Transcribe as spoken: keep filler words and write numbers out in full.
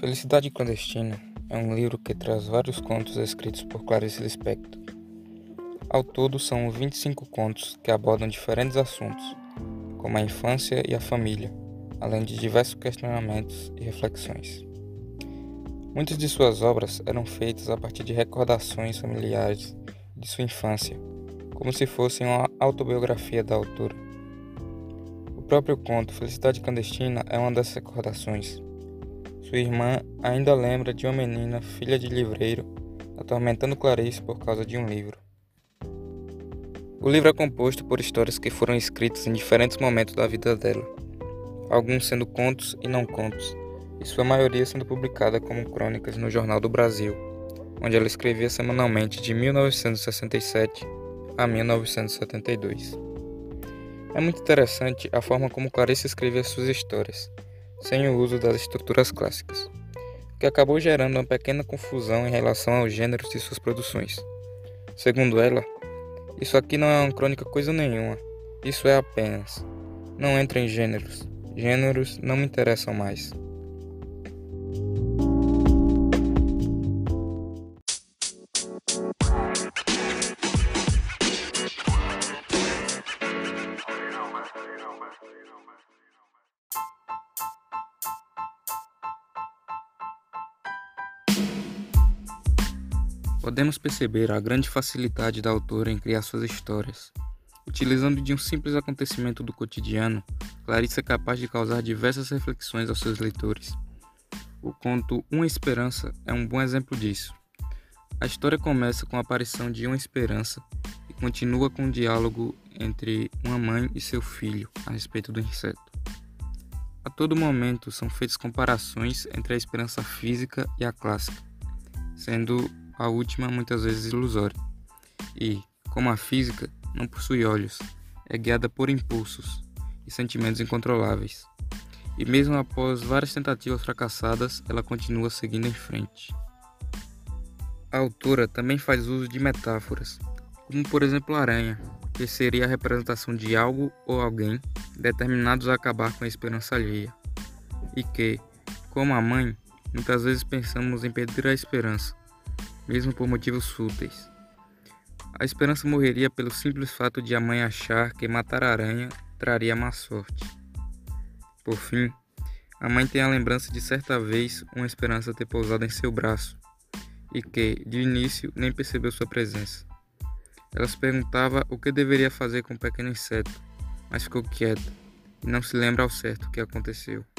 Felicidade Clandestina é um livro que traz vários contos escritos por Clarice Lispector. Ao todo, são vinte e cinco contos que abordam diferentes assuntos, como a infância e a família, além de diversos questionamentos e reflexões. Muitas de suas obras eram feitas a partir de recordações familiares de sua infância, como se fossem uma autobiografia da autora. O próprio conto Felicidade Clandestina é uma dessas recordações. Sua irmã ainda lembra de uma menina, filha de livreiro, atormentando Clarice por causa de um livro. O livro é composto por histórias que foram escritas em diferentes momentos da vida dela, alguns sendo contos e não contos, e sua maioria sendo publicada como crônicas no Jornal do Brasil, onde ela escrevia semanalmente de mil novecentos e sessenta e sete a mil novecentos e setenta e dois. É muito interessante a forma como Clarice escrevia suas histórias, sem o uso das estruturas clássicas, o que acabou gerando uma pequena confusão em relação aos gêneros de suas produções. Segundo ela, isso aqui não é uma crônica coisa nenhuma, isso é apenas. Não entra em gêneros, gêneros não me interessam mais. Podemos perceber a grande facilidade da autora em criar suas histórias. Utilizando de um simples acontecimento do cotidiano, Clarice é capaz de causar diversas reflexões aos seus leitores. O conto Uma Esperança é um bom exemplo disso. A história começa com a aparição de uma esperança e continua com um diálogo entre uma mãe e seu filho a respeito do inseto. A todo momento são feitas comparações entre a esperança física e a clássica, sendo a última muitas vezes ilusória, e, como a física, não possui olhos, é guiada por impulsos e sentimentos incontroláveis. E mesmo após várias tentativas fracassadas, ela continua seguindo em frente. A autora também faz uso de metáforas, como por exemplo a aranha, que seria a representação de algo ou alguém determinados a acabar com a esperança alheia, e que, como a mãe, muitas vezes pensamos em perder a esperança, mesmo por motivos fúteis. A esperança morreria pelo simples fato de a mãe achar que matar a aranha traria má sorte. Por fim, a mãe tem a lembrança de certa vez uma esperança ter pousado em seu braço e que, de início, nem percebeu sua presença. Ela se perguntava o que deveria fazer com o pequeno inseto, mas ficou quieta e não se lembra ao certo o que aconteceu.